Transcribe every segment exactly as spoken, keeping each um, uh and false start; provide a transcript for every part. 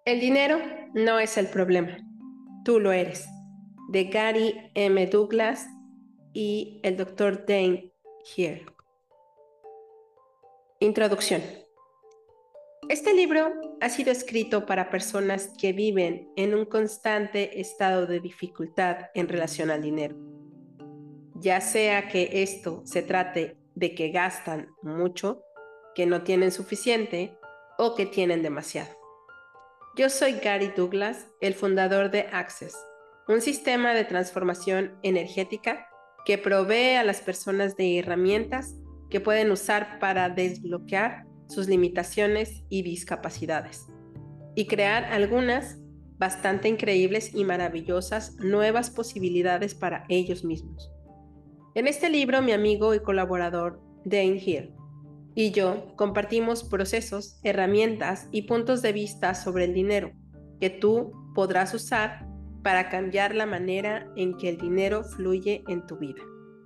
El dinero no es el problema, tú lo eres, de Gary M. Douglas y el doctor Dane Hill. Introducción. Este libro ha sido escrito para personas que viven en un constante estado de dificultad en relación al dinero, ya sea que esto se trate de que gastan mucho, que no tienen suficiente o que tienen demasiado. Yo soy Gary Douglas, el fundador de Access, un sistema de transformación energética que provee a las personas de herramientas que pueden usar para desbloquear sus limitaciones y discapacidades y crear algunas bastante increíbles y maravillosas nuevas posibilidades para ellos mismos. En este libro, mi amigo y colaborador Dane Hill y yo compartimos procesos, herramientas y puntos de vista sobre el dinero que tú podrás usar para cambiar la manera en que el dinero fluye en tu vida.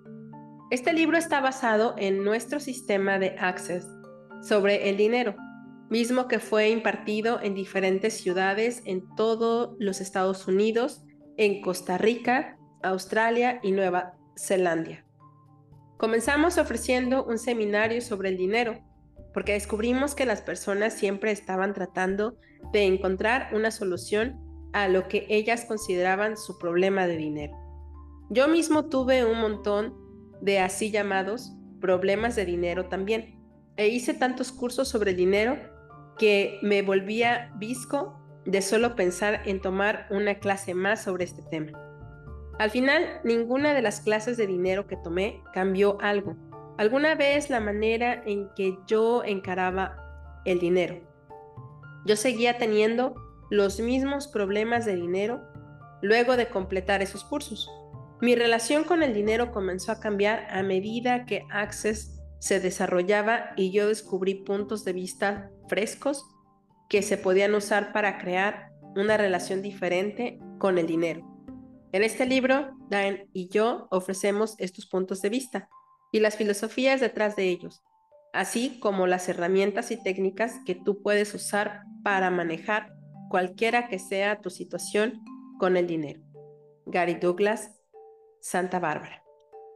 Este libro está basado en nuestro sistema de Access sobre el dinero, mismo que fue impartido en diferentes ciudades en todos los Estados Unidos, en Costa Rica, Australia y Nueva Zelanda. Comenzamos ofreciendo un seminario sobre el dinero, porque descubrimos que las personas siempre estaban tratando de encontrar una solución a lo que ellas consideraban su problema de dinero. Yo mismo tuve un montón de así llamados problemas de dinero también, e hice tantos cursos sobre el dinero que me volvía visco de solo pensar en tomar una clase más sobre este tema. Al final, ninguna de las clases de dinero que tomé cambió algo. Alguna vez la manera en que yo encaraba el dinero. Yo seguía teniendo los mismos problemas de dinero luego de completar esos cursos. Mi relación con el dinero comenzó a cambiar a medida que Access se desarrollaba y yo descubrí puntos de vista frescos que se podían usar para crear una relación diferente con el dinero. En este libro, Dan y yo ofrecemos estos puntos de vista y las filosofías detrás de ellos, así como las herramientas y técnicas que tú puedes usar para manejar cualquiera que sea tu situación con el dinero. Gary Douglas, Santa Bárbara.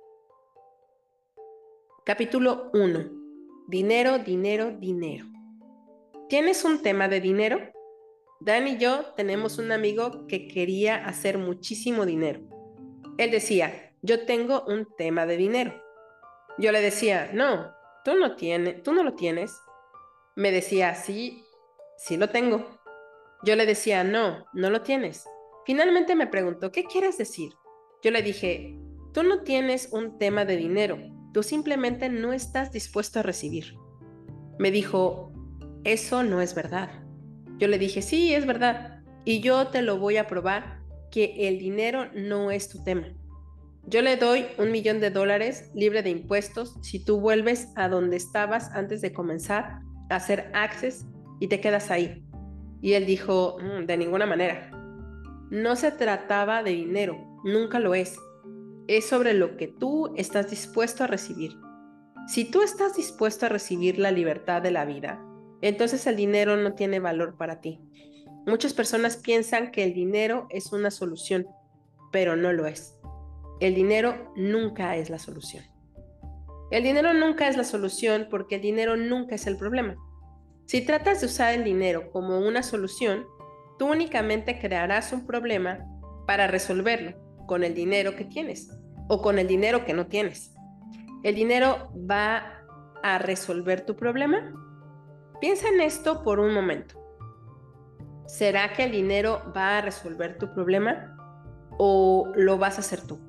Capítulo uno. Dinero, dinero, dinero. ¿Tienes un tema de dinero? Dan y yo tenemos un amigo que quería hacer muchísimo dinero. Él decía, yo tengo un tema de dinero. Yo le decía, no, tú no tienes, tú no lo tienes. Me decía, sí, sí lo tengo. Yo le decía, no, no lo tienes. Finalmente me preguntó, ¿qué quieres decir? Yo le dije, tú no tienes un tema de dinero, tú simplemente no estás dispuesto a recibir. Me dijo, eso no es verdad. Yo le dije, sí, es verdad, y yo te lo voy a probar que el dinero no es tu tema. Yo le doy un millón de dólares libre de impuestos si tú vuelves a donde estabas antes de comenzar a hacer Access y te quedas ahí. Y él dijo, mmm, de ninguna manera. No se trataba de dinero, nunca lo es. Es sobre lo que tú estás dispuesto a recibir. Si tú estás dispuesto a recibir la libertad de la vida, entonces el dinero no tiene valor para ti. Muchas personas piensan que el dinero es una solución, pero no lo es. El dinero nunca es la solución. El dinero nunca es la solución porque el dinero nunca es el problema. Si tratas de usar el dinero como una solución, tú únicamente crearás un problema para resolverlo con el dinero que tienes o con el dinero que no tienes. ¿El dinero va a resolver tu problema? Piensa en esto por un momento. ¿Será que el dinero va a resolver tu problema o lo vas a hacer tú?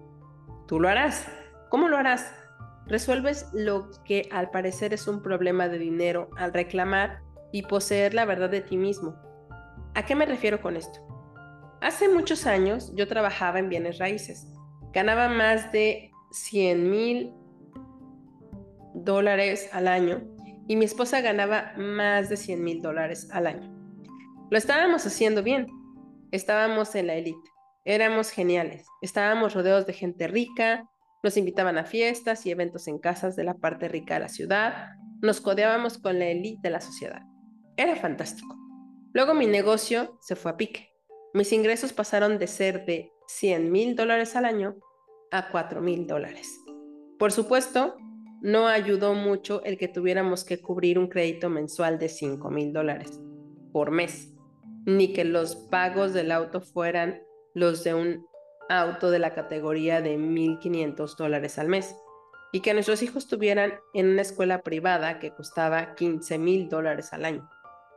Tú lo harás. ¿Cómo lo harás? Resuelves lo que al parecer es un problema de dinero al reclamar y poseer la verdad de ti mismo. ¿A qué me refiero con esto? Hace muchos años yo trabajaba en bienes raíces. Ganaba más de cien mil dólares al año y mi esposa ganaba más de cien mil dólares al año. Lo estábamos haciendo bien. Estábamos en la élite. Éramos geniales. Estábamos rodeados de gente rica. Nos invitaban a fiestas y eventos en casas de la parte rica de la ciudad. Nos codeábamos con la élite de la sociedad. Era fantástico. Luego mi negocio se fue a pique. Mis ingresos pasaron de ser de cien mil dólares al año a cuatro mil dólares. Por supuesto, no ayudó mucho el que tuviéramos que cubrir un crédito mensual de cinco mil dólares por mes, ni que los pagos del auto fueran los de un auto de la categoría de mil quinientos dólares al mes, y que nuestros hijos estuvieran en una escuela privada que costaba quince mil dólares al año.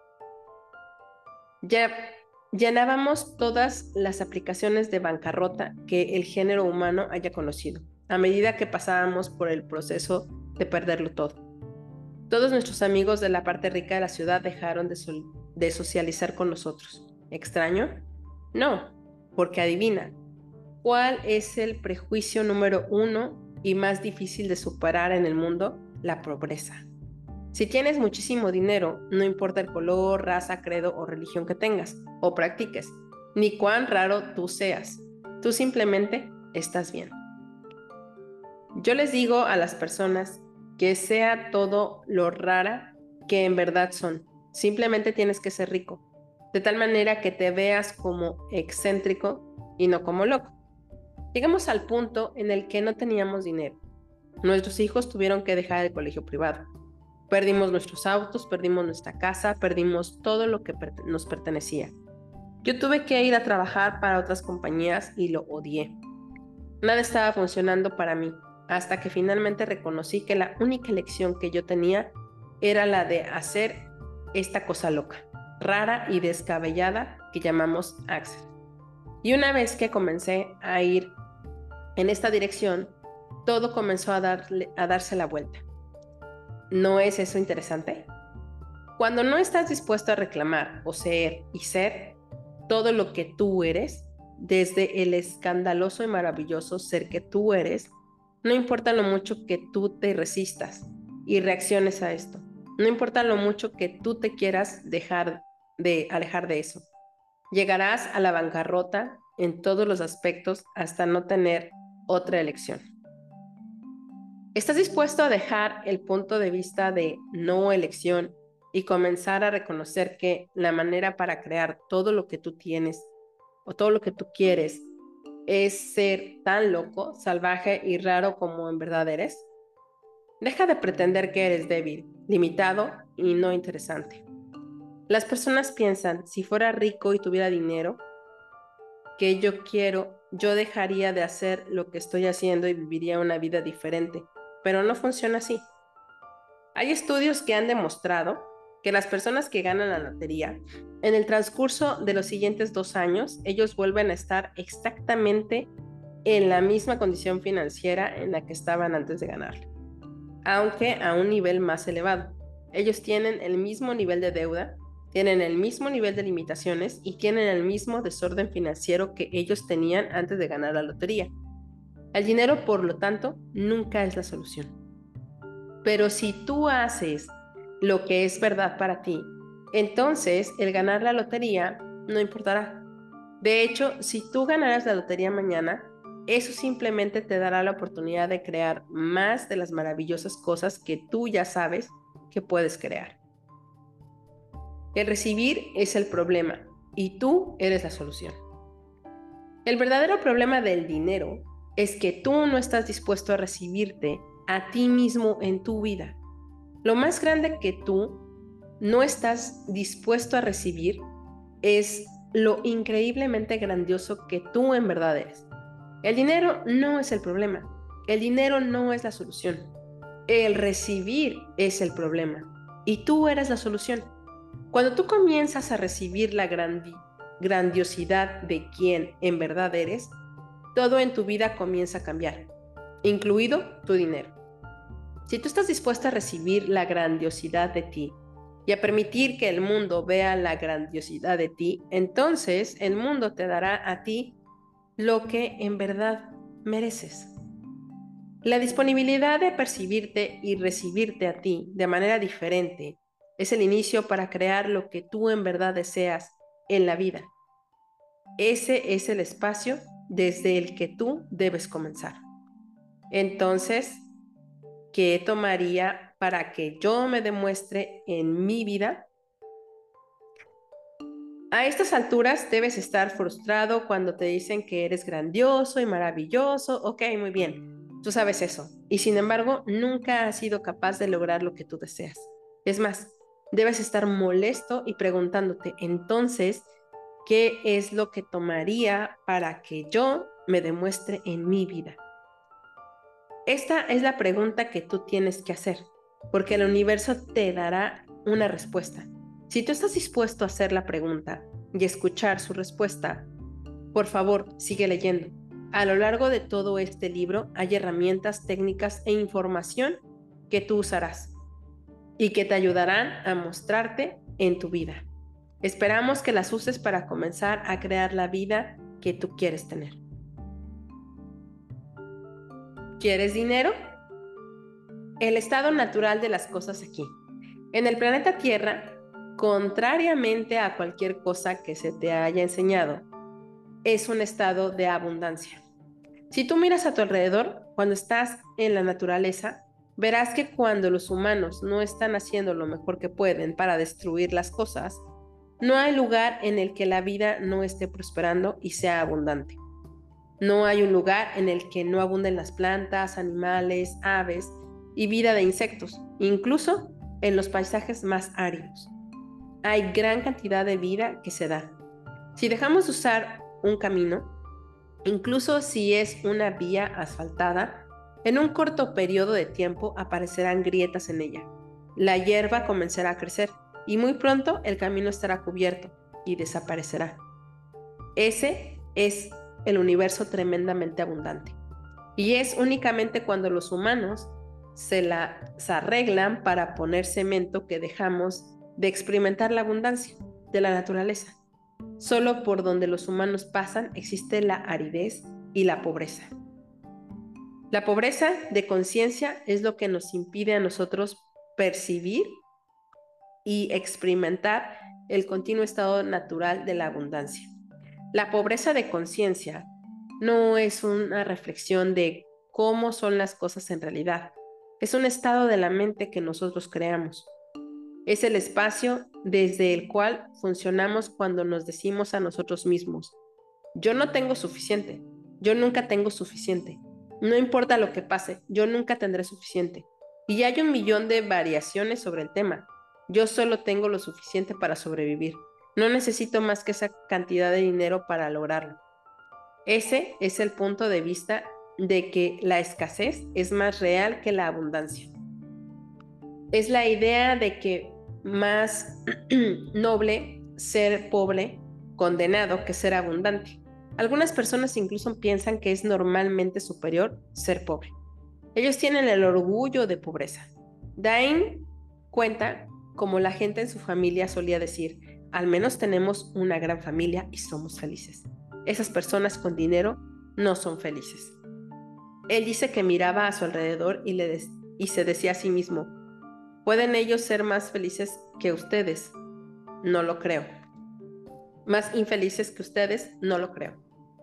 Ya llenábamos todas las aplicaciones de bancarrota que el género humano haya conocido, a medida que pasábamos por el proceso de perderlo todo. Todos nuestros amigos de la parte rica de la ciudad dejaron de, so- de socializar con nosotros. ¿Extraño? No, porque adivina, ¿cuál es el prejuicio número uno y más difícil de superar en el mundo? La pobreza. Si tienes muchísimo dinero, no importa el color, raza, credo o religión que tengas o practiques, ni cuán raro tú seas, tú simplemente estás bien. Yo les digo a las personas que sea todo lo rara que en verdad son. Simplemente tienes que ser rico, de tal manera que te veas como excéntrico y no como loco. Llegamos al punto en el que no teníamos dinero. Nuestros hijos tuvieron que dejar el colegio privado. Perdimos nuestros autos, perdimos nuestra casa, perdimos todo lo que per- nos pertenecía. Yo tuve que ir a trabajar para otras compañías y lo odié. Nada estaba funcionando para mí, hasta que finalmente reconocí que la única elección que yo tenía era la de hacer esta cosa loca, rara y descabellada que llamamos Access. Y una vez que comencé a ir en esta dirección, todo comenzó a, darle, a darse la vuelta. ¿No es eso interesante? Cuando no estás dispuesto a reclamar, poseer y ser todo lo que tú eres, desde el escandaloso y maravilloso ser que tú eres, no importa lo mucho que tú te resistas y reacciones a esto. No importa lo mucho que tú te quieras dejar de alejar de eso. Llegarás a la bancarrota en todos los aspectos hasta no tener otra elección. ¿Estás dispuesto a dejar el punto de vista de no elección y comenzar a reconocer que la manera para crear todo lo que tú tienes o todo lo que tú quieres es ser tan loco, salvaje y raro como en verdad eres? Deja de pretender que eres débil, limitado y no interesante. Las personas piensan, si fuera rico y tuviera dinero que yo quiero, yo dejaría de hacer lo que estoy haciendo y viviría una vida diferente, pero no funciona así. Hay estudios que han demostrado que las personas que ganan la lotería, en el transcurso de los siguientes dos años, ellos vuelven a estar exactamente en la misma condición financiera en la que estaban antes de ganarla, aunque a un nivel más elevado. Ellos tienen el mismo nivel de deuda, tienen el mismo nivel de limitaciones y tienen el mismo desorden financiero que ellos tenían antes de ganar la lotería. El dinero, por lo tanto, nunca es la solución. Pero si tú haces lo que es verdad para ti, entonces el ganar la lotería no importará. De hecho, si tú ganaras la lotería mañana, eso simplemente te dará la oportunidad de crear más de las maravillosas cosas que tú ya sabes que puedes crear. El recibir es el problema y tú eres la solución. El verdadero problema del dinero es que tú no estás dispuesto a recibirte a ti mismo en tu vida. Lo más grande que tú no estás dispuesto a recibir es lo increíblemente grandioso que tú en verdad eres. El dinero no es el problema. El dinero no es la solución. El recibir es el problema. Y tú eres la solución. Cuando tú comienzas a recibir la grandi grandiosidad de quien en verdad eres, todo en tu vida comienza a cambiar, incluido tu dinero. Si tú estás dispuesta a recibir la grandiosidad de ti y a permitir que el mundo vea la grandiosidad de ti, entonces el mundo te dará a ti lo que en verdad mereces. La disponibilidad de percibirte y recibirte a ti de manera diferente es el inicio para crear lo que tú en verdad deseas en la vida. Ese es el espacio desde el que tú debes comenzar. Entonces, ¿qué tomaría para que yo me demuestre en mi vida A estas alturas debes estar frustrado cuando te dicen que eres grandioso y maravilloso. Ok, muy bien, tú sabes eso. Y sin embargo, nunca has sido capaz de lograr lo que tú deseas. Es más, debes estar molesto y preguntándote, entonces, ¿qué es lo que tomaría para que yo me demuestre en mi vida? Esta es la pregunta que tú tienes que hacer, porque el universo te dará una respuesta. Si tú estás dispuesto a hacer la pregunta y escuchar su respuesta, por favor, sigue leyendo. A lo largo de todo este libro hay herramientas, técnicas e información que tú usarás y que te ayudarán a mostrarte en tu vida. Esperamos que las uses para comenzar a crear la vida que tú quieres tener. ¿Quieres dinero? El estado natural de las cosas aquí. En el planeta Tierra, contrariamente a cualquier cosa que se te haya enseñado, es un estado de abundancia. Si tú miras a tu alrededor, cuando estás en la naturaleza, verás que cuando los humanos no están haciendo lo mejor que pueden para destruir las cosas, no hay lugar en el que la vida no esté prosperando y sea abundante. No hay un lugar en el que no abunden las plantas, animales, aves y vida de insectos, incluso en los paisajes más áridos. Hay gran cantidad de vida que se da. Si dejamos de usar un camino, incluso si es una vía asfaltada, en un corto periodo de tiempo aparecerán grietas en ella. La hierba comenzará a crecer y muy pronto el camino estará cubierto y desaparecerá. Ese es el universo tremendamente abundante. Y es únicamente cuando los humanos se las arreglan para poner cemento que dejamos de experimentar la abundancia de la naturaleza. Solo por donde los humanos pasan existe la aridez y la pobreza. La pobreza de conciencia es lo que nos impide a nosotros percibir y experimentar el continuo estado natural de la abundancia. La pobreza de conciencia no es una reflexión de cómo son las cosas en realidad. Es un estado de la mente que nosotros creamos. Es el espacio desde el cual funcionamos cuando nos decimos a nosotros mismos, yo no tengo suficiente, yo nunca tengo suficiente, no importa lo que pase, yo nunca tendré suficiente. Y hay un millón de variaciones sobre el tema. Yo solo tengo lo suficiente para sobrevivir. No necesito más que esa cantidad de dinero para lograrlo. Ese es el punto de vista de que la escasez es más real que la abundancia. Es la idea de que más noble ser pobre, condenado, que ser abundante. Algunas personas incluso piensan que es normalmente superior ser pobre. Ellos tienen el orgullo de pobreza. Dain cuenta como la gente en su familia solía decir, al menos tenemos una gran familia y somos felices. Esas personas con dinero no son felices. Él dice que miraba a su alrededor y, le des- y se decía a sí mismo, ¿pueden ellos ser más felices que ustedes? No lo creo. Más infelices que ustedes, no lo creo.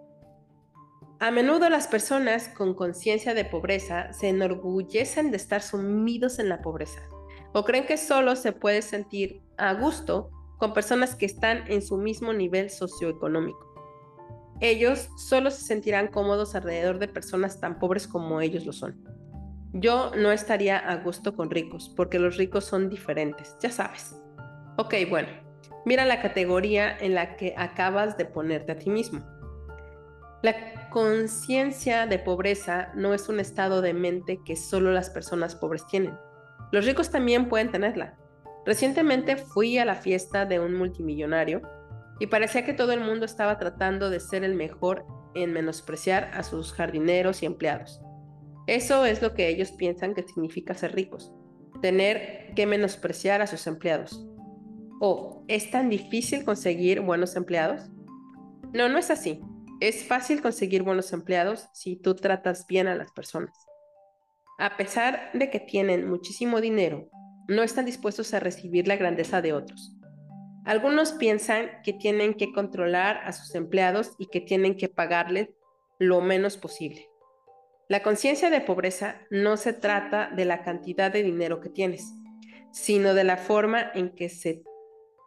A menudo las personas con conciencia de pobreza se enorgullecen de estar sumidos en la pobreza o creen que solo se puede sentir a gusto con personas que están en su mismo nivel socioeconómico. Ellos solo se sentirán cómodos alrededor de personas tan pobres como ellos lo son. Yo no estaría a gusto con ricos porque los ricos son diferentes, ya sabes. Ok, bueno, mira la categoría en la que acabas de ponerte a ti mismo. La conciencia de pobreza no es un estado de mente que solo las personas pobres tienen. Los ricos también pueden tenerla. Recientemente fui a la fiesta de un multimillonario y parecía que todo el mundo estaba tratando de ser el mejor en menospreciar a sus jardineros y empleados. Eso es lo que ellos piensan que significa ser ricos, tener que menospreciar a sus empleados. ¿O es tan difícil conseguir buenos empleados? No, no es así. Es fácil conseguir buenos empleados si tú tratas bien a las personas. A pesar de que tienen muchísimo dinero, no están dispuestos a recibir la grandeza de otros. Algunos piensan que tienen que controlar a sus empleados y que tienen que pagarles lo menos posible. La conciencia de pobreza no se trata de la cantidad de dinero que tienes, sino de la forma en que se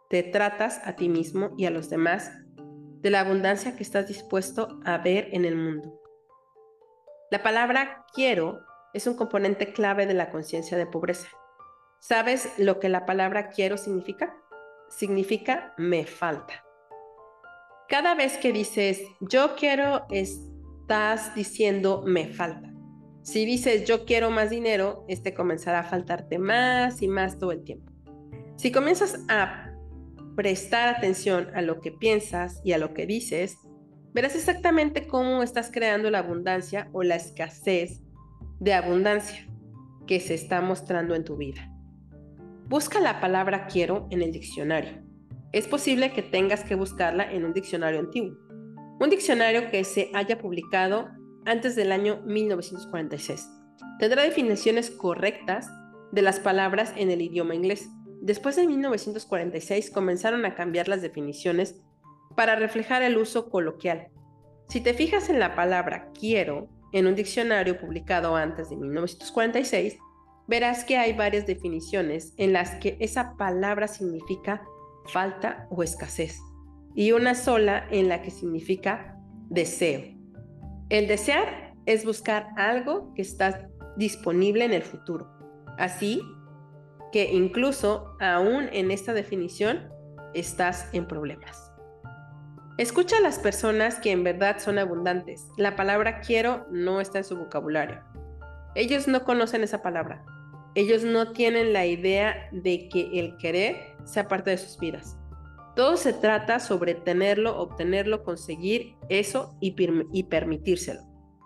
te tratas a ti mismo y a los demás, de la abundancia que estás dispuesto a ver en el mundo. La palabra quiero es un componente clave de la conciencia de pobreza. ¿Sabes lo que la palabra quiero significa? Significa me falta. Cada vez que dices yo quiero, estás diciendo me falta. Si dices yo quiero más dinero, este comenzará a faltarte más y más todo el tiempo. Si comienzas a prestar atención a lo que piensas y a lo que dices, verás exactamente cómo estás creando la abundancia o la escasez de abundancia que se está mostrando en tu vida. Busca la palabra quiero en el diccionario. Es posible que tengas que buscarla en un diccionario antiguo, un diccionario que se haya publicado antes del año mil novecientos cuarenta y seis. Tendrá definiciones correctas de las palabras en el idioma inglés. Después de mil novecientos cuarenta y seis comenzaron a cambiar las definiciones para reflejar el uso coloquial. Si te fijas en la palabra quiero en un diccionario publicado antes de mil novecientos cuarenta y seis, verás que hay varias definiciones en las que esa palabra significa falta o escasez, y una sola en la que significa deseo. El desear es buscar algo que está disponible en el futuro. Así que incluso aún en esta definición estás en problemas. Escucha a las personas que en verdad son abundantes. La palabra quiero no está en su vocabulario. Ellos no conocen esa palabra. Ellos no tienen la idea de que el querer sea parte de sus vidas. Todo se trata sobre tenerlo, obtenerlo, conseguir eso y, y permitírselo.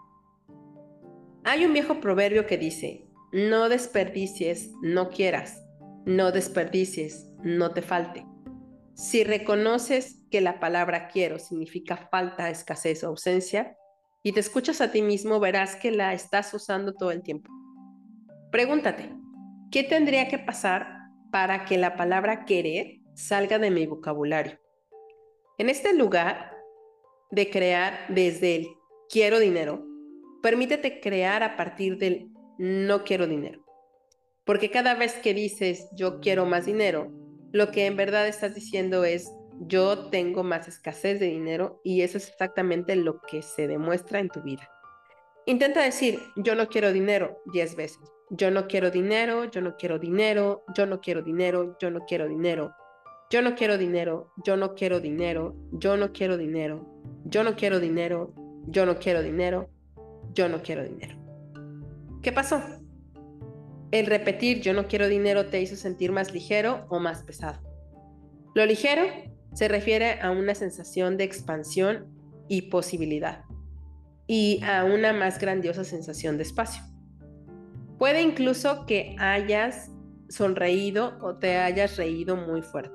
Hay un viejo proverbio que dice, no desperdicies, no quieras, no desperdicies, no te falte. Si reconoces que la palabra quiero significa falta, escasez o ausencia, y te escuchas a ti mismo, verás que la estás usando todo el tiempo. Pregúntate, ¿qué tendría que pasar para que la palabra querer salga de mi vocabulario? En este lugar de crear desde el quiero dinero, permítete crear a partir del no quiero dinero. Porque cada vez que dices yo quiero más dinero, lo que en verdad estás diciendo es yo tengo más escasez de dinero, y eso es exactamente lo que se demuestra en tu vida. Intenta decir yo no quiero dinero diez veces. Yo no quiero dinero, yo no quiero dinero, yo no quiero dinero, yo no quiero dinero, yo no quiero dinero, yo no quiero dinero, yo no quiero dinero, yo no quiero dinero, yo no quiero dinero, yo no quiero dinero. ¿Qué pasó? El repetir yo no quiero dinero te hizo sentir más ligero o más pesado. Lo ligero se refiere a una sensación de expansión y posibilidad, y a una más grandiosa sensación de espacio. Puede incluso que hayas sonreído o te hayas reído muy fuerte.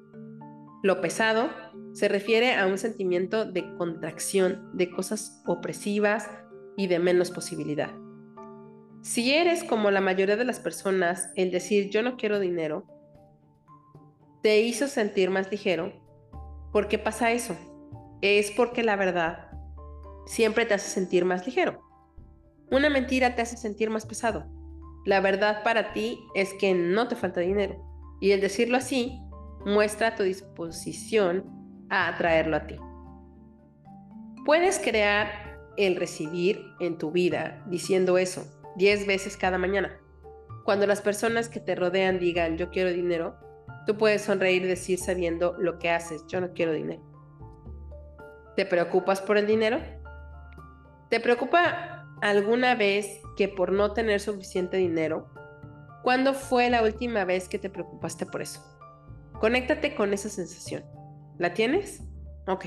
Lo pesado se refiere a un sentimiento de contracción, de cosas opresivas y de menos posibilidad. Si eres como la mayoría de las personas, el decir yo no quiero dinero te hizo sentir más ligero. ¿Por qué pasa eso? Es porque la verdad siempre te hace sentir más ligero. Una mentira te hace sentir más pesado. La verdad para ti es que no te falta dinero, y el decirlo así muestra tu disposición a atraerlo a ti. Puedes crear el recibir en tu vida diciendo eso diez veces cada mañana. Cuando las personas que te rodean digan yo quiero dinero, tú puedes sonreír y decir sabiendo lo que haces, yo no quiero dinero. ¿Te preocupas por el dinero? ¿Te preocupa alguna vez que por no tener suficiente dinero? ¿Cuándo fue la última vez que te preocupaste por eso? Conéctate con esa sensación. ¿La tienes? Ok.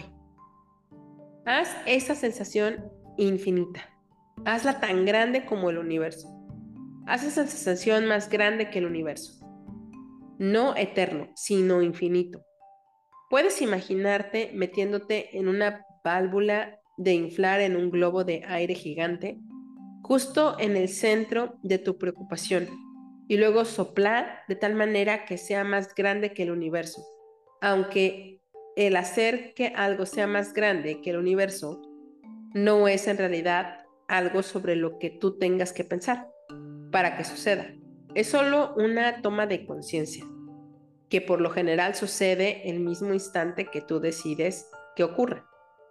Haz esa sensación infinita. Hazla tan grande como el universo. Haz esa sensación más grande que el universo. No eterno, sino infinito. Puedes imaginarte metiéndote en una válvula de inflar en un globo de aire gigante, justo en el centro de tu preocupación, y luego soplar de tal manera que sea más grande que el universo. Aunque el hacer que algo sea más grande que el universo no es en realidad algo sobre lo que tú tengas que pensar para que suceda. Es solo una toma de conciencia. que por lo general sucede el mismo instante que tú decides que ocurra.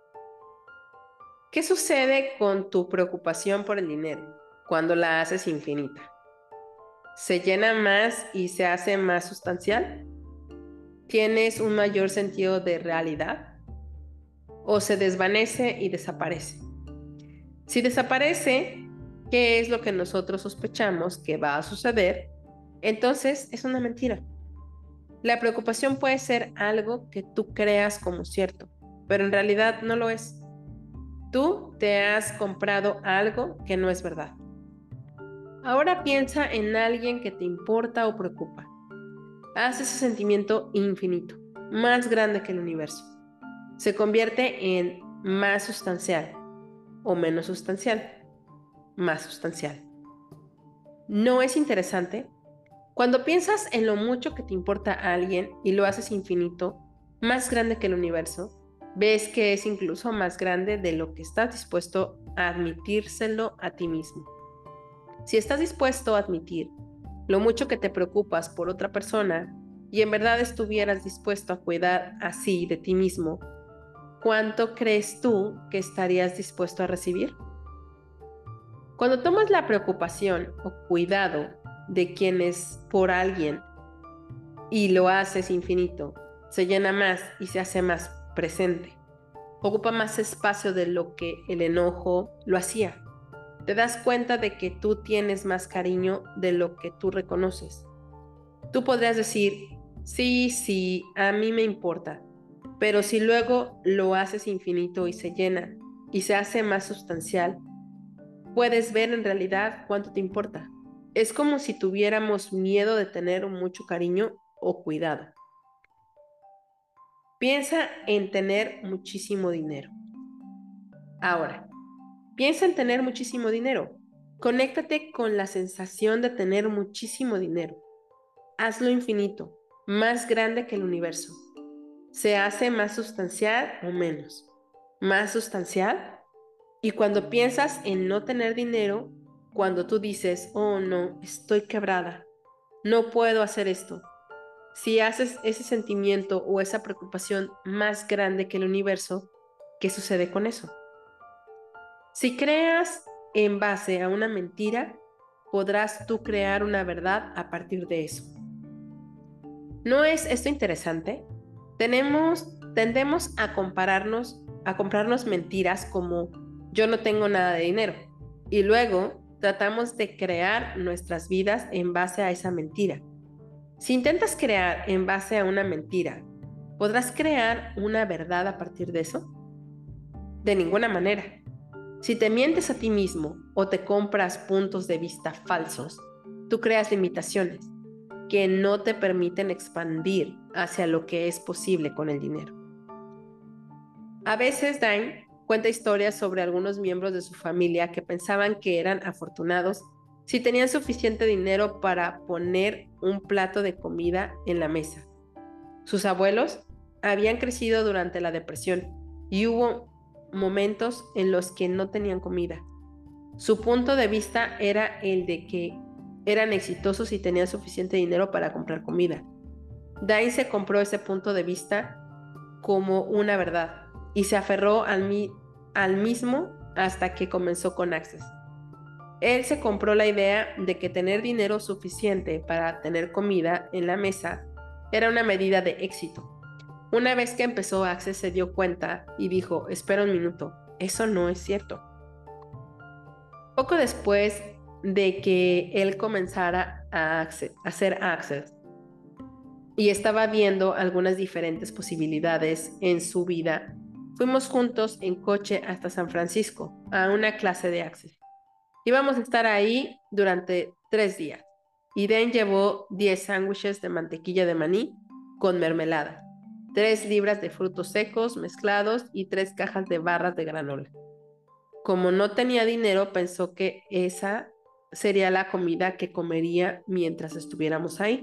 ¿Qué sucede con tu preocupación por el dinero cuando la haces infinita? ¿Se llena más y se hace más sustancial? ¿Tienes un mayor sentido de realidad? ¿O se desvanece y desaparece? Si desaparece, ¿qué es lo que nosotros sospechamos que va a suceder? Entonces es una mentira. La preocupación puede ser algo que tú creas como cierto, pero en realidad no lo es. Tú te has comprado algo que no es verdad. Ahora piensa en alguien que te importa o preocupa. Haz ese sentimiento infinito, más grande que el universo. Se convierte en más sustancial o menos sustancial, más sustancial. ¿No es interesante? Cuando piensas en lo mucho que te importa a alguien y lo haces infinito, más grande que el universo, ves que es incluso más grande de lo que estás dispuesto a admitírselo a ti mismo. Si estás dispuesto a admitir lo mucho que te preocupas por otra persona y en verdad estuvieras dispuesto a cuidar así de ti mismo, ¿cuánto crees tú que estarías dispuesto a recibir? Cuando tomas la preocupación o cuidado de quienes por alguien y lo haces infinito, se llena más y se hace más presente. Ocupa más espacio de lo que el enojo lo hacía. Te das cuenta de que tú tienes más cariño de lo que tú reconoces. Tú podrías decir, sí, sí, a mí me importa, pero si luego lo haces infinito y se llena y se hace más sustancial, puedes ver en realidad cuánto te importa. Es como si tuviéramos miedo de tener mucho cariño o cuidado. Piensa en tener muchísimo dinero. Ahora, piensa en tener muchísimo dinero. Conéctate con la sensación de tener muchísimo dinero. Hazlo infinito, más grande que el universo. ¿Se hace más sustancial o menos? ¿Más sustancial? Y cuando piensas en no tener dinero, cuando tú dices, oh no, estoy quebrada, no puedo hacer esto. Si haces ese sentimiento o esa preocupación más grande que el universo, ¿qué sucede con eso? Si creas en base a una mentira, podrás tú crear una verdad a partir de eso. ¿No es esto interesante? Tenemos, tendemos a compararnos, a comprarnos mentiras como yo no tengo nada de dinero y luego tratamos de crear nuestras vidas en base a esa mentira. Si intentas crear en base a una mentira, ¿podrás crear una verdad a partir de eso? De ninguna manera. Si te mientes a ti mismo o te compras puntos de vista falsos, tú creas limitaciones que no te permiten expandir hacia lo que es posible con el dinero. A veces Dan cuenta historias sobre algunos miembros de su familia que pensaban que eran afortunados si tenían suficiente dinero para poner un plato de comida en la mesa. Sus abuelos habían crecido durante la depresión y hubo momentos en los que no tenían comida. Su punto de vista era el de que eran exitosos y tenían suficiente dinero para comprar comida. Dine se compró ese punto de vista como una verdad y se aferró al, mi al mismo hasta que comenzó con Access. Él se compró la idea de que tener dinero suficiente para tener comida en la mesa era una medida de éxito. Una vez que empezó Access se dio cuenta y dijo, espera un minuto, eso no es cierto. Poco después de que él comenzara a, access, a hacer Access y estaba viendo algunas diferentes posibilidades en su vida, fuimos juntos en coche hasta San Francisco a una clase de Access. Íbamos a estar ahí durante tres días y Dan llevó diez sándwiches de mantequilla de maní con mermelada, tres libras de frutos secos mezclados y tres cajas de barras de granola. Como no tenía dinero, pensó que esa sería la comida que comería mientras estuviéramos ahí.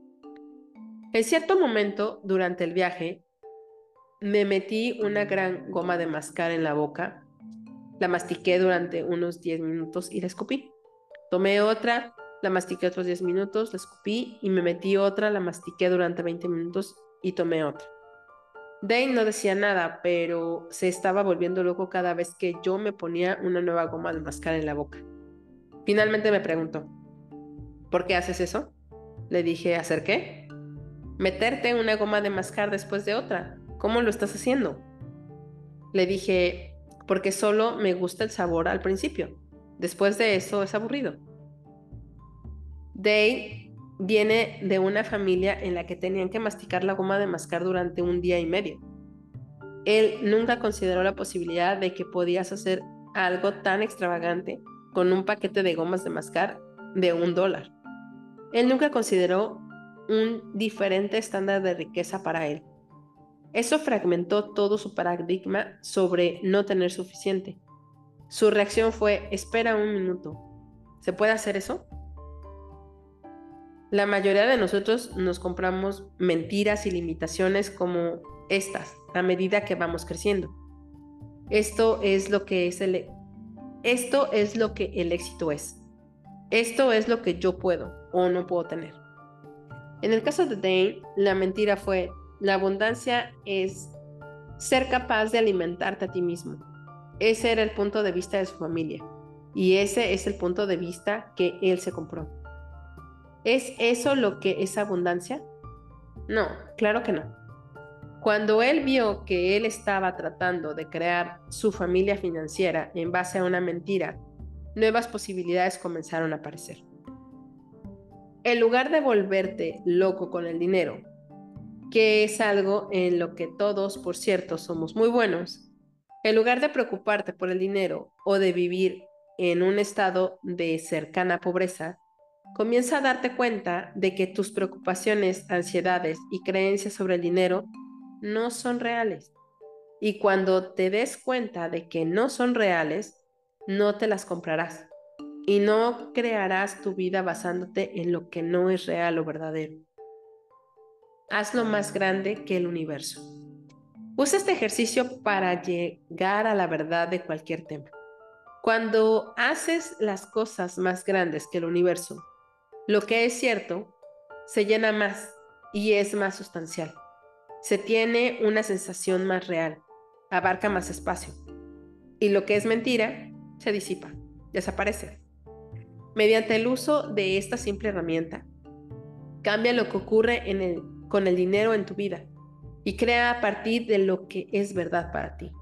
En cierto momento, durante el viaje, me metí una gran goma de mascar en la boca, la mastiqué durante unos diez minutos y la escupí. Tomé otra la mastiqué otros diez minutos, la escupí y me metí otra, la mastiqué durante veinte minutos y tomé otra. Dane no decía nada, pero se estaba volviendo loco cada vez que yo me ponía una nueva goma de mascar en la boca. Finalmente me preguntó, ¿por qué haces eso? Le dije, ¿hacer qué? Meterte una goma de mascar después de otra. ¿Cómo lo estás haciendo? Le dije, porque solo me gusta el sabor al principio. Después de eso es aburrido. Dave viene de una familia en la que tenían que masticar la goma de mascar durante un día y medio. Él nunca consideró la posibilidad de que podías hacer algo tan extravagante con un paquete de gomas de mascar de un dólar. Él nunca consideró un diferente estándar de riqueza para él. Eso fragmentó todo su paradigma sobre no tener suficiente. Su reacción fue, espera un minuto, ¿se puede hacer eso? La mayoría de nosotros nos compramos mentiras y limitaciones como estas a medida que vamos creciendo. Esto es lo que es el, esto es lo que el éxito es. Esto es lo que yo puedo o no puedo tener. En el caso de Dane, la mentira fue, la abundancia es ser capaz de alimentarte a ti mismo. Ese era el punto de vista de su familia y ese es el punto de vista que él se compró. ¿Es eso lo que es abundancia? No, claro que no. Cuando él vio que él estaba tratando de crear su familia financiera en base a una mentira, nuevas posibilidades comenzaron a aparecer. En lugar de volverte loco con el dinero, que es algo en lo que todos, por cierto, somos muy buenos, en lugar de preocuparte por el dinero o de vivir en un estado de cercana pobreza, comienza a darte cuenta de que tus preocupaciones, ansiedades y creencias sobre el dinero no son reales. Y cuando te des cuenta de que no son reales, no te las comprarás. Y no crearás tu vida basándote en lo que no es real o verdadero. Hazlo más grande que el universo. Usa este ejercicio para llegar a la verdad de cualquier tema. Cuando haces las cosas más grandes que el universo, lo que es cierto se llena más y es más sustancial. Se tiene una sensación más real, abarca más espacio. Y lo que es mentira se disipa, desaparece. Mediante el uso de esta simple herramienta, cambia lo que ocurre en el, con el dinero en tu vida y crea a partir de lo que es verdad para ti.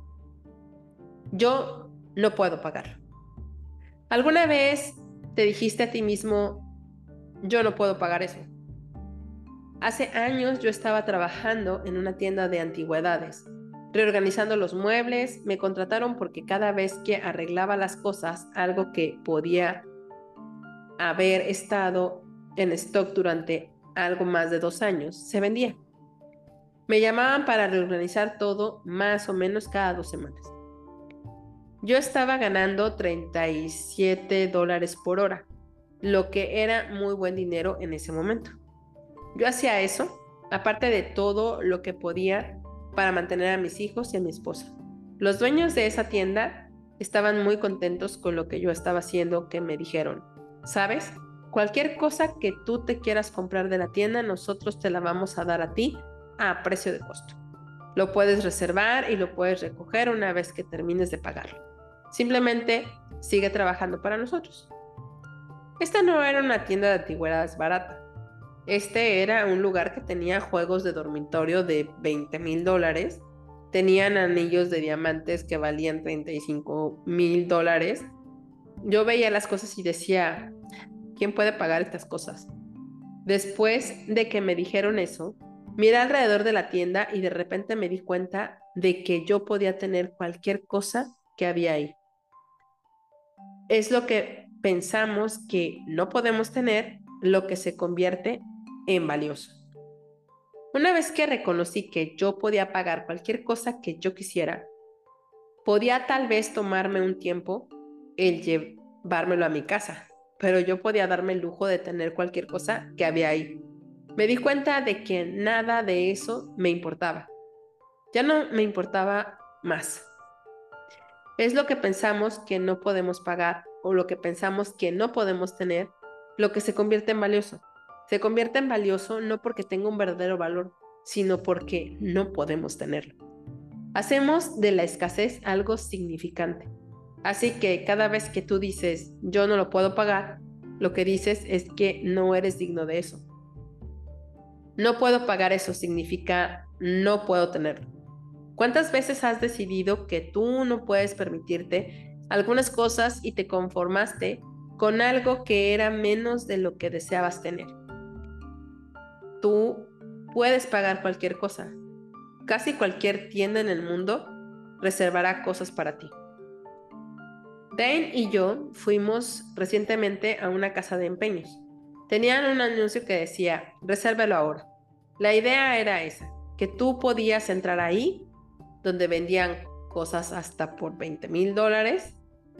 Yo no puedo pagar. ¿Alguna vez te dijiste a ti mismo, yo no puedo pagar eso? Hace años yo estaba trabajando en una tienda de antigüedades, reorganizando los muebles. Me contrataron porque cada vez que arreglaba las cosas, algo que podía haber estado en stock durante algo más de dos años, se vendía. Me llamaban para reorganizar todo más o menos cada dos semanas. Yo estaba ganando treinta y siete dólares por hora, lo que era muy buen dinero en ese momento. Yo hacía eso, aparte de todo lo que podía para mantener a mis hijos y a mi esposa. Los dueños de esa tienda estaban muy contentos con lo que yo estaba haciendo, que me dijeron, ¿sabes? Cualquier cosa que tú te quieras comprar de la tienda, nosotros te la vamos a dar a ti a precio de costo. Lo puedes reservar y lo puedes recoger una vez que termines de pagarlo. Simplemente sigue trabajando para nosotros. Esta no era una tienda de antigüedades barata. Este era un lugar que tenía juegos de dormitorio de veinte mil dólares. Tenían anillos de diamantes que valían treinta y cinco mil dólares. Yo veía las cosas y decía, ¿quién puede pagar estas cosas? Después de que me dijeron eso, miré alrededor de la tienda y de repente me di cuenta de que yo podía tener cualquier cosa que había ahí. Es lo que pensamos que no podemos tener lo que se convierte en valioso. Una vez que reconocí que yo podía pagar cualquier cosa que yo quisiera, podía tal vez tomarme un tiempo el llevármelo a mi casa, pero yo podía darme el lujo de tener cualquier cosa que había ahí. Me di cuenta de que nada de eso me importaba. Ya no me importaba más. Es lo que pensamos que no podemos pagar o lo que pensamos que no podemos tener, lo que se convierte en valioso. Se convierte en valioso no porque tenga un verdadero valor, sino porque no podemos tenerlo. Hacemos de la escasez algo significante. Así que cada vez que tú dices, yo no lo puedo pagar, lo que dices es que no eres digno de eso. No puedo pagar eso significa no puedo tenerlo. ¿Cuántas veces has decidido que tú no puedes permitirte algunas cosas y te conformaste con algo que era menos de lo que deseabas tener? Tú puedes pagar cualquier cosa. Casi cualquier tienda en el mundo reservará cosas para ti. Dane y yo fuimos recientemente a una casa de empeños. Tenían un anuncio que decía, resérvalo ahora. La idea era esa, que tú podías entrar ahí, donde vendían cosas hasta por veinte mil dólares,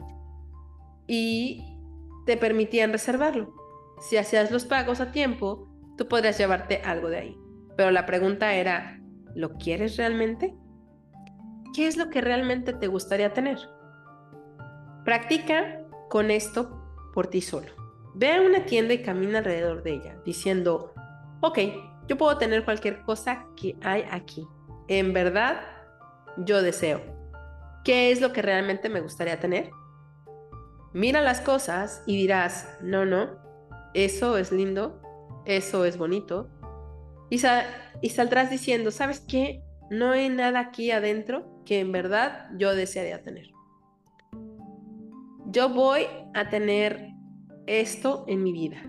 y te permitían reservarlo. Si hacías los pagos a tiempo, tú podrías llevarte algo de ahí. Pero la pregunta era, ¿lo quieres realmente? ¿Qué es lo que realmente te gustaría tener? Practica con esto por ti solo. Ve a una tienda y camina alrededor de ella, diciendo, ok, yo puedo tener cualquier cosa que hay aquí. En verdad, yo deseo. ¿Qué es lo que realmente me gustaría tener? Mira las cosas y dirás, no, no, eso es lindo, eso es bonito. Y, sa- y saldrás diciendo, ¿sabes qué? No hay nada aquí adentro que en verdad yo desearía tener. Yo voy a tener esto en mi vida.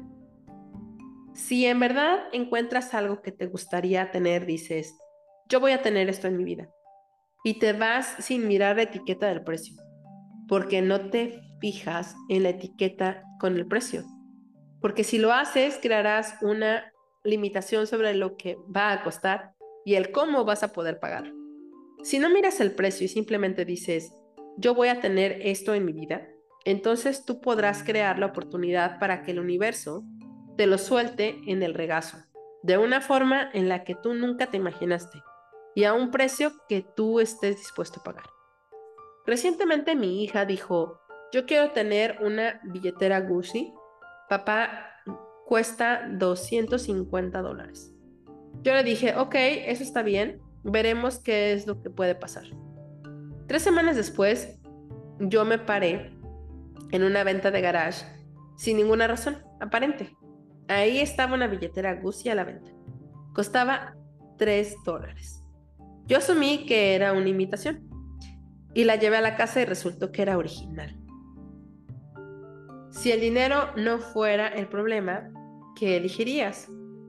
Si en verdad encuentras algo que te gustaría tener, dices, yo voy a tener esto en mi vida. Y te vas sin mirar la etiqueta del precio, porque no te fijas en la etiqueta con el precio. Porque si lo haces, crearás una limitación sobre lo que va a costar y el cómo vas a poder pagar. Si no miras el precio y simplemente dices, yo voy a tener esto en mi vida, entonces tú podrás crear la oportunidad para que el universo te lo suelte en el regazo, de una forma en la que tú nunca te imaginaste y a un precio que tú estés dispuesto a pagar. Recientemente mi hija dijo, yo quiero tener una billetera Gucci. Papá, cuesta doscientos cincuenta dólares. Yo le dije, ok, eso está bien, veremos qué es lo que puede pasar. Tres semanas después, yo me paré en una venta de garage sin ninguna razón aparente. Ahí estaba una billetera Gucci a la venta. Costaba tres dólares. Yo asumí que era una imitación y la llevé a la casa y resultó que era original. Si el dinero no fuera el problema, ¿qué elegirías?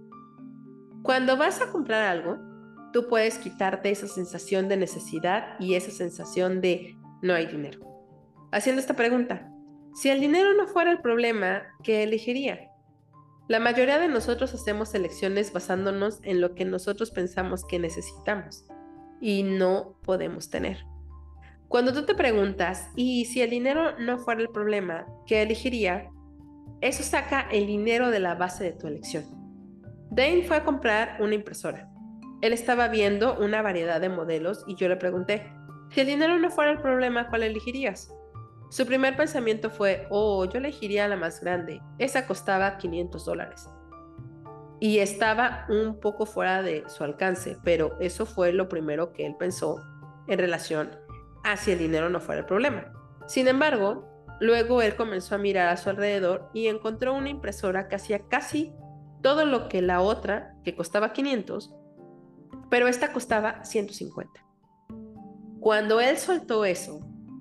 Cuando vas a comprar algo, tú puedes quitarte esa sensación de necesidad y esa sensación de no hay dinero. Haciendo esta pregunta, si el dinero no fuera el problema, ¿qué elegiría? La mayoría de nosotros hacemos elecciones basándonos en lo que nosotros pensamos que necesitamos y no podemos tener. Cuando tú te preguntas, ¿y si el dinero no fuera el problema, qué elegiría? Eso saca el dinero de la base de tu elección. Dane fue a comprar una impresora. Él estaba viendo una variedad de modelos y yo le pregunté, si el dinero no fuera el problema, ¿cuál elegirías? Su primer pensamiento fue, oh, yo elegiría la más grande. Esa costaba quinientos dólares. Y estaba un poco fuera de su alcance, pero eso fue lo primero que él pensó en relación a si el dinero no fuera el problema. Sin embargo, luego él comenzó a mirar a su alrededor y encontró una impresora que hacía casi todo lo que la otra, que costaba quinientos, pero esta costaba ciento cincuenta. Cuando él soltó eso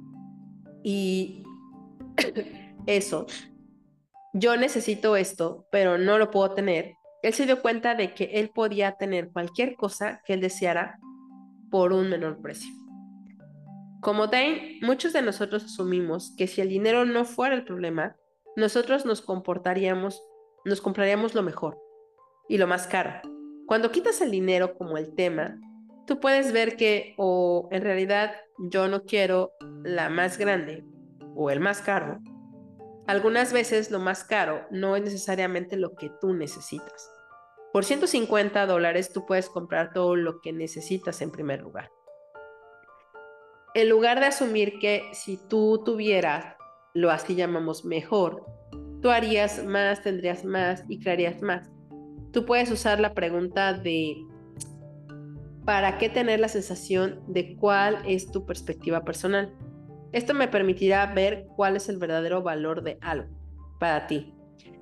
y eso, yo necesito esto, pero no lo puedo tener, él se dio cuenta de que él podía tener cualquier cosa que él deseara por un menor precio. Como Dane, muchos de nosotros asumimos que si el dinero no fuera el problema, nosotros nos comportaríamos, nos compraríamos lo mejor y lo más caro. Cuando quitas el dinero como el tema, tú puedes ver que o en realidad yo no quiero la más grande o el más caro. Algunas veces lo más caro no es necesariamente lo que tú necesitas. Por ciento cincuenta dólares tú puedes comprar todo lo que necesitas en primer lugar. En lugar de asumir que si tú tuvieras lo así llamamos mejor, Tú harías más, tendrías más y crearías más. Tú puedes usar la pregunta de ¿para qué tener la sensación de cuál es tu perspectiva personal? Esto me permitirá ver cuál es el verdadero valor de algo para ti.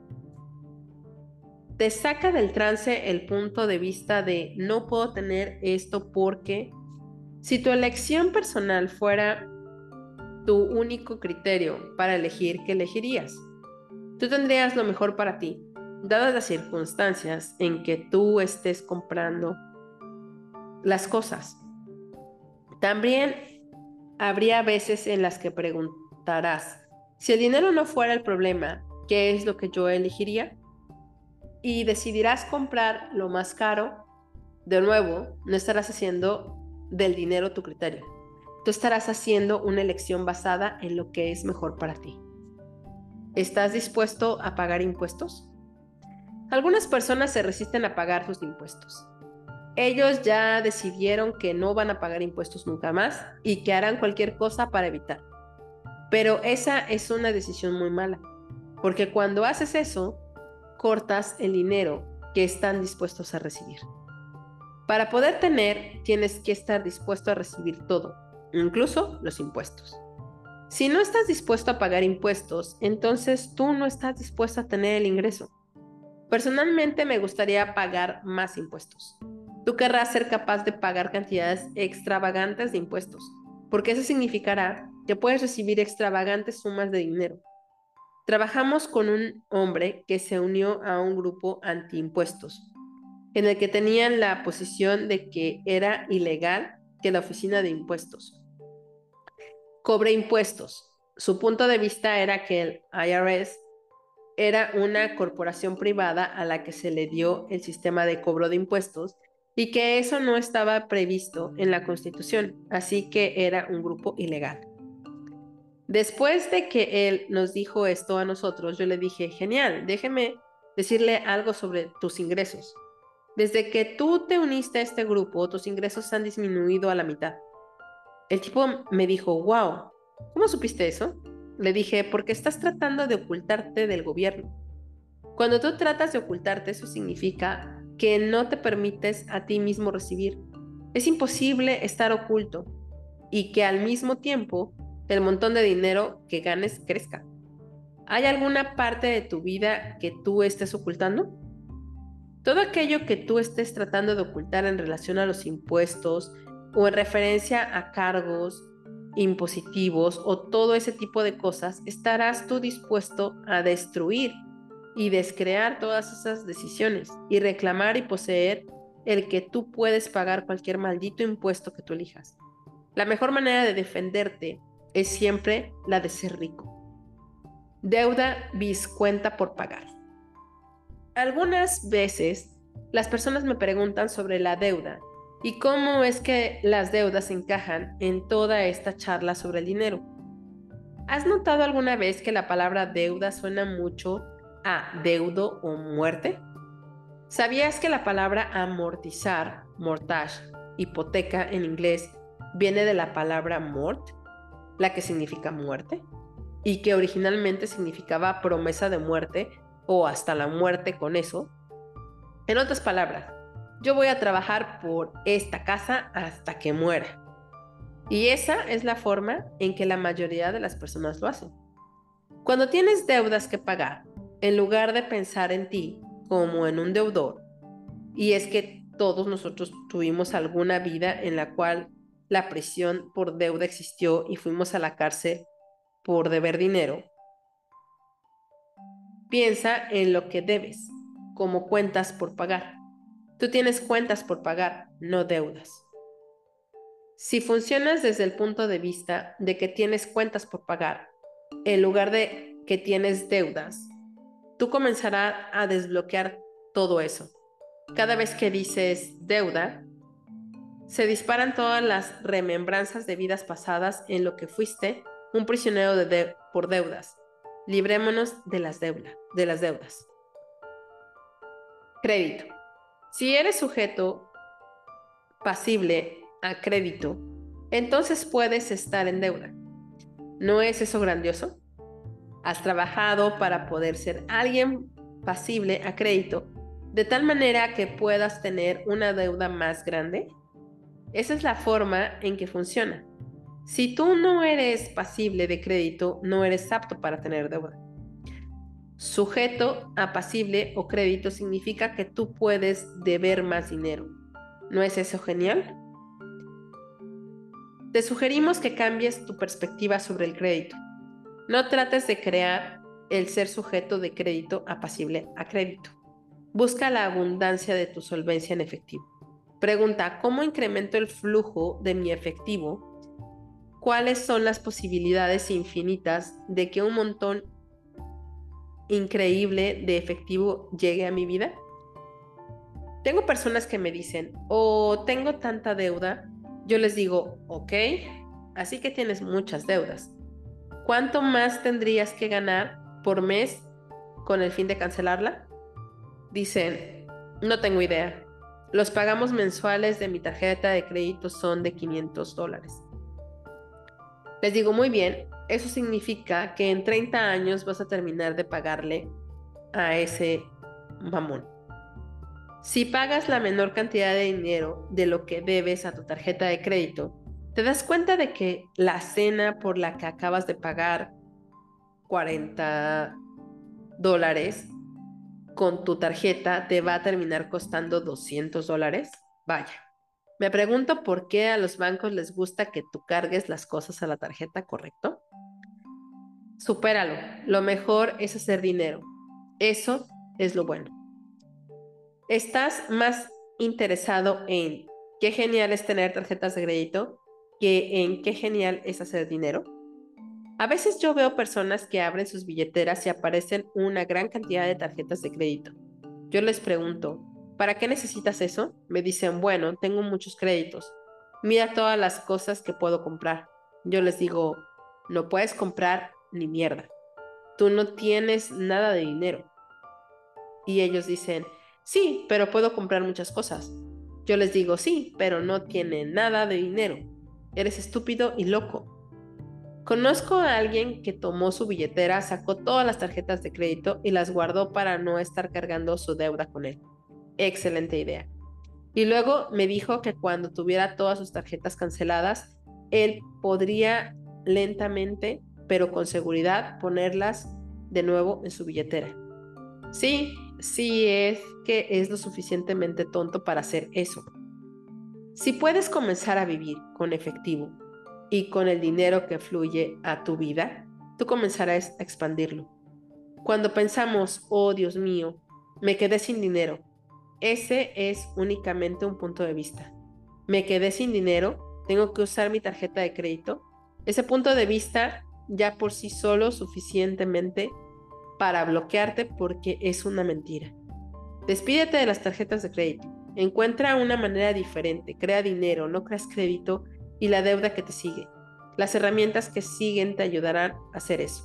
Te saca del trance el punto de vista de no puedo tener esto porque si tu elección personal fuera tu único criterio para elegir, ¿qué elegirías? Tú tendrías lo mejor para ti, dadas las circunstancias en que tú estés comprando las cosas. También habría veces en las que preguntarás, si el dinero no fuera el problema, ¿qué es lo que yo elegiría? Y decidirás comprar lo más caro. De nuevo, no estarás haciendo del dinero tu criterio. Tú estarás haciendo una elección basada en lo que es mejor para ti. ¿Estás dispuesto a pagar impuestos? Algunas personas se resisten a pagar sus impuestos. Ellos ya decidieron que no van a pagar impuestos nunca más y que harán cualquier cosa para evitar. Pero esa es una decisión muy mala, porque cuando haces eso, cortas el dinero que están dispuestos a recibir. Para poder tener, tienes que estar dispuesto a recibir todo, incluso los impuestos. Si no estás dispuesto a pagar impuestos, entonces tú no estás dispuesto a tener el ingreso. Personalmente me gustaría pagar más impuestos. Tú querrás ser capaz de pagar cantidades extravagantes de impuestos, porque eso significará que puedes recibir extravagantes sumas de dinero. Trabajamos con un hombre que se unió a un grupo antiimpuestos, en el que tenían la posición de que era ilegal que la oficina de impuestos cobre impuestos. Su punto de vista era que el I R S era una corporación privada a la que se le dio el sistema de cobro de impuestos y que eso no estaba previsto en la Constitución, así que era un grupo ilegal. Después de que él nos dijo esto a nosotros, yo le dije, genial, déjeme decirle algo sobre tus ingresos. Desde que tú te uniste a este grupo, tus ingresos han disminuido a la mitad. El tipo me dijo, wow, ¿cómo supiste eso? Le dije, porque estás tratando de ocultarte del gobierno. Cuando tú tratas de ocultarte, eso significa que no te permites a ti mismo recibir. Es imposible estar oculto y que al mismo tiempo el montón de dinero que ganes crezca. ¿Hay alguna parte de tu vida que tú estés ocultando? Todo aquello que tú estés tratando de ocultar en relación a los impuestos o en referencia a cargos impositivos o todo ese tipo de cosas, estarás tú dispuesto a destruir y descrear todas esas decisiones y reclamar y poseer el que tú puedes pagar cualquier maldito impuesto que tú elijas. La mejor manera de defenderte es siempre la de ser rico. Deuda bis cuenta por pagar. Algunas veces las personas me preguntan sobre la deuda y cómo es que las deudas encajan en toda esta charla sobre el dinero. ¿Has notado alguna vez que la palabra deuda suena mucho a deudo o muerte? ¿Sabías que la palabra amortizar, mortgage, hipoteca en inglés, viene de la palabra mort, la que significa muerte, y que originalmente significaba promesa de muerte o hasta la muerte con eso? En otras palabras, yo voy a trabajar por esta casa hasta que muera. Y esa es la forma en que la mayoría de las personas lo hacen. Cuando tienes deudas que pagar, en lugar de pensar en ti como en un deudor, y es que todos nosotros tuvimos alguna vida en la cual la prisión por deuda existió y fuimos a la cárcel por deber dinero, piensa en lo que debes, como cuentas por pagar. Tú tienes cuentas por pagar, no deudas. Si funcionas desde el punto de vista de que tienes cuentas por pagar, en lugar de que tienes deudas, tú comenzarás a desbloquear todo eso. Cada vez que dices deuda, se disparan todas las remembranzas de vidas pasadas en lo que fuiste un prisionero de de por deudas. Librémonos de las, deuda, de las deudas. Crédito. Si eres sujeto pasible a crédito, entonces puedes estar en deuda. ¿No es eso grandioso? Has trabajado para poder ser alguien pasible a crédito, de tal manera que puedas tener una deuda más grande. Esa es la forma en que funciona. Si tú no eres pasible de crédito, no eres apto para tener deuda. Sujeto a pasible o crédito significa que tú puedes deber más dinero. ¿No es eso genial? Te sugerimos que cambies tu perspectiva sobre el crédito. No trates de crear el ser sujeto de crédito a pasible a crédito. Busca la abundancia de tu solvencia en efectivo. Pregunta, ¿cómo incremento el flujo de mi efectivo? ¿Cuáles son las posibilidades infinitas de que un montón increíble de efectivo llegue a mi vida? Tengo personas que me dicen, oh, tengo tanta deuda. Yo les digo, ok, así que tienes muchas deudas. ¿Cuánto más tendrías que ganar por mes con el fin de cancelarla? Dicen, no tengo idea. Los pagamos mensuales de mi tarjeta de crédito son de quinientos dólares. Les digo, muy bien, eso significa que en treinta años vas a terminar de pagarle a ese mamón. Si pagas la menor cantidad de dinero de lo que debes a tu tarjeta de crédito, te das cuenta de que la cena por la que acabas de pagar cuarenta dólares con tu tarjeta te va a terminar costando doscientos dólares. Vaya, me pregunto por qué a los bancos les gusta que tú cargues las cosas a la tarjeta, ¿correcto? Supéralo. Lo mejor es hacer dinero. Eso es lo bueno. ¿Estás más interesado en qué genial es tener tarjetas de crédito que en qué genial es hacer dinero? A veces yo veo personas que abren sus billeteras y aparecen una gran cantidad de tarjetas de crédito. Yo les pregunto, ¿para qué necesitas eso? Me dicen, bueno, tengo muchos créditos. Mira todas las cosas que puedo comprar. Yo les digo, no puedes comprar ni mierda. Tú no tienes nada de dinero. Y ellos dicen, sí, pero puedo comprar muchas cosas. Yo les digo, sí, pero no tiene nada de dinero. Eres estúpido y loco. Conozco a alguien que tomó su billetera, sacó todas las tarjetas de crédito y las guardó para no estar cargando su deuda con él. Excelente idea. Y luego me dijo que cuando tuviera todas sus tarjetas canceladas, él podría lentamente, pero con seguridad, ponerlas de nuevo en su billetera. Sí, sí es que es lo suficientemente tonto para hacer eso. Si puedes comenzar a vivir con efectivo y con el dinero que fluye a tu vida, tú comenzarás a expandirlo. Cuando pensamos, oh Dios mío, me quedé sin dinero, ese es únicamente un punto de vista. Me quedé sin dinero, tengo que usar mi tarjeta de crédito. Ese punto de vista ya por sí solo suficientemente para bloquearte porque es una mentira. Despídete de las tarjetas de crédito. Encuentra una manera diferente. Crea dinero, no creas crédito y la deuda que te sigue. Las herramientas que siguen te ayudarán a hacer eso.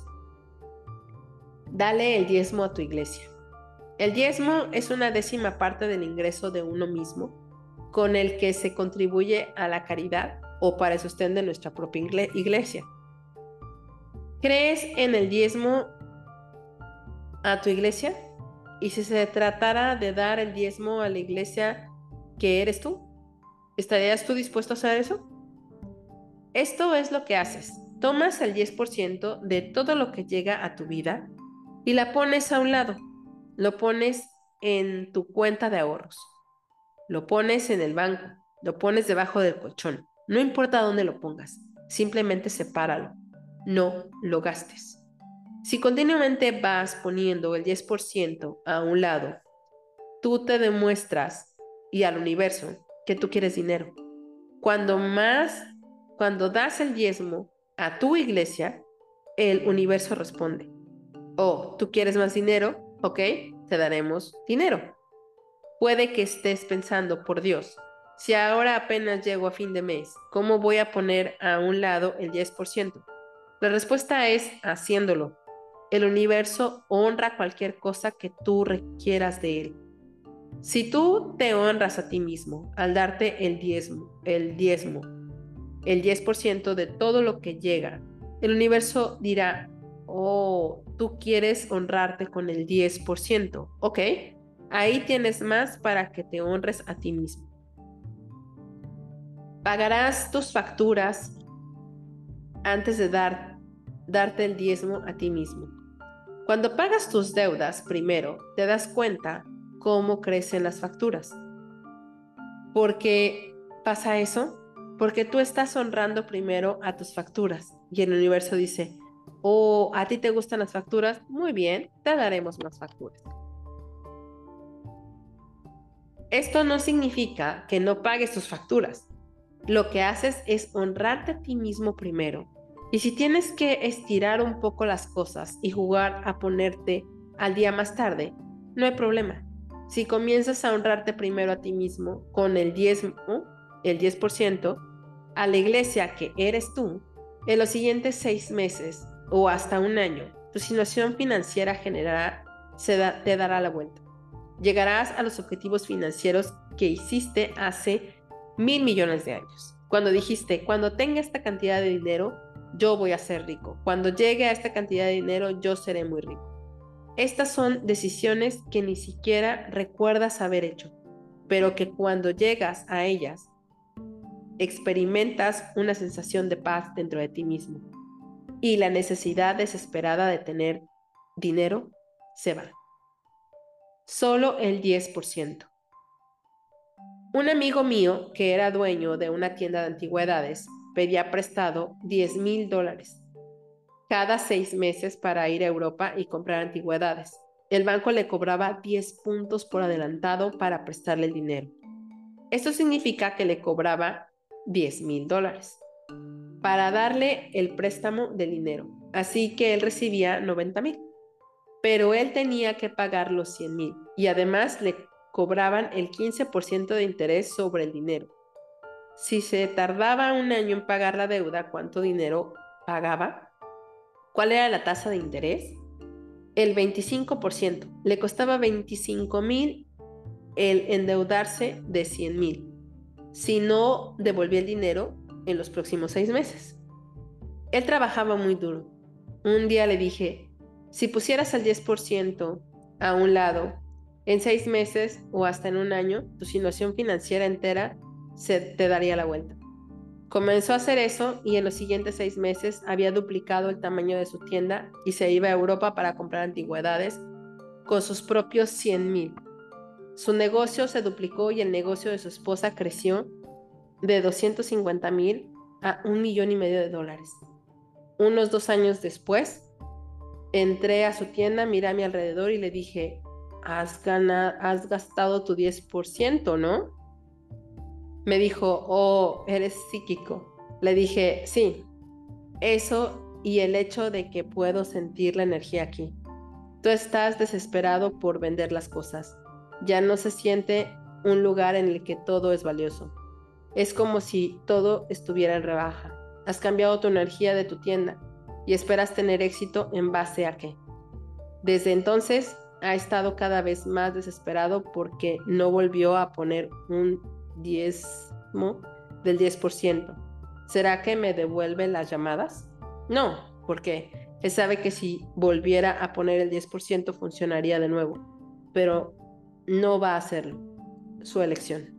Dale el diezmo a tu iglesia. El diezmo es una décima parte del ingreso de uno mismo con el que se contribuye a la caridad o para el sostén de nuestra propia iglesia. ¿Crees en el diezmo a tu iglesia? ¿Y si se tratara de dar el diezmo a la iglesia que eres tú? ¿Estarías tú dispuesto a hacer eso? Esto es lo que haces. Tomas el diez por ciento de todo lo que llega a tu vida y la pones a un lado. Lo pones en tu cuenta de ahorros. Lo pones en el banco. Lo pones debajo del colchón. No importa dónde lo pongas. Simplemente sepáralo. No lo gastes. Si continuamente vas poniendo el diez por ciento a un lado, tú te demuestras y al universo que tú quieres dinero. Cuando más, cuando das el diezmo a tu iglesia, el universo responde. Oh, ¿tú quieres más dinero? Ok, te daremos dinero. Puede que estés pensando, por Dios, si ahora apenas llego a fin de mes, ¿cómo voy a poner a un lado el diez por ciento? La respuesta es haciéndolo. El universo honra cualquier cosa que tú requieras de él. Si tú te honras a ti mismo al darte el diezmo, el diezmo, el diez por ciento de todo lo que llega, el universo dirá, oh, tú quieres honrarte con el diez por ciento, ¿ok? Ahí tienes más para que te honres a ti mismo. Pagarás tus facturas antes de dar, darte el diezmo a ti mismo. Cuando pagas tus deudas primero, te das cuenta cómo crecen las facturas. ¿Por qué pasa eso? Porque tú estás honrando primero a tus facturas y el universo dice, oh, ¿a ti te gustan las facturas? Muy bien, te daremos más facturas. Esto no significa que no pagues tus facturas. Lo que haces es honrarte a ti mismo primero. Y si tienes que estirar un poco las cosas y jugar a ponerte al día más tarde, no hay problema. Si comienzas a honrarte primero a ti mismo con el diezmo, el diez por ciento, a la iglesia que eres tú, en los siguientes seis meses o hasta un año, tu situación financiera general se da, te dará la vuelta. Llegarás a los objetivos financieros que hiciste hace mil millones de años. Cuando dijiste, cuando tenga esta cantidad de dinero, yo voy a ser rico. Cuando llegue a esta cantidad de dinero, yo seré muy rico. Estas son decisiones que ni siquiera recuerdas haber hecho, pero que cuando llegas a ellas, experimentas una sensación de paz dentro de ti mismo. Y la necesidad desesperada de tener dinero se va. Solo el diez por ciento. Un amigo mío, que era dueño de una tienda de antigüedades, pedía prestado diez mil dólares cada seis meses para ir a Europa y comprar antigüedades. El banco le cobraba diez puntos por adelantado para prestarle el dinero. Esto significa que le cobraba diez mil dólares para darle el préstamo del dinero. Así que él recibía noventa mil, pero él tenía que pagar los cien mil y además le cobraban el quince por ciento de interés sobre el dinero. Si se tardaba un año en pagar la deuda, ¿cuánto dinero pagaba? ¿Cuál era la tasa de interés? El veinticinco por ciento. Le costaba veinticinco mil el endeudarse de cien mil si no devolvía el dinero en los próximos seis meses. Él trabajaba muy duro. Un día le dije, si pusieras el diez por ciento a un lado, en seis meses o hasta en un año, tu situación financiera entera se te daría la vuelta. Comenzó a hacer eso y en los siguientes seis meses había duplicado el tamaño de su tienda y se iba a Europa para comprar antigüedades con sus propios cien mil. Su negocio se duplicó y el negocio de su esposa creció de doscientos cincuenta mil a un millón y medio de dólares. Unos dos años después, entré a su tienda, miré a mi alrededor y le dije, has, ganado, has gastado tu diez por ciento, ¿no? Me dijo, oh, eres psíquico. Le dije, sí, eso y el hecho de que puedo sentir la energía aquí. Tú estás desesperado por vender las cosas. Ya no se siente un lugar en el que todo es valioso. Es como si todo estuviera en rebaja. Has cambiado tu energía de tu tienda y esperas tener éxito en base a qué. Desde entonces ha estado cada vez más desesperado porque no volvió a poner un diezmo del diez por ciento. ¿Será que me devuelve las llamadas? No, porque él sabe que si volviera a poner el diez por ciento funcionaría de nuevo, pero no va a hacerlo. Su elección.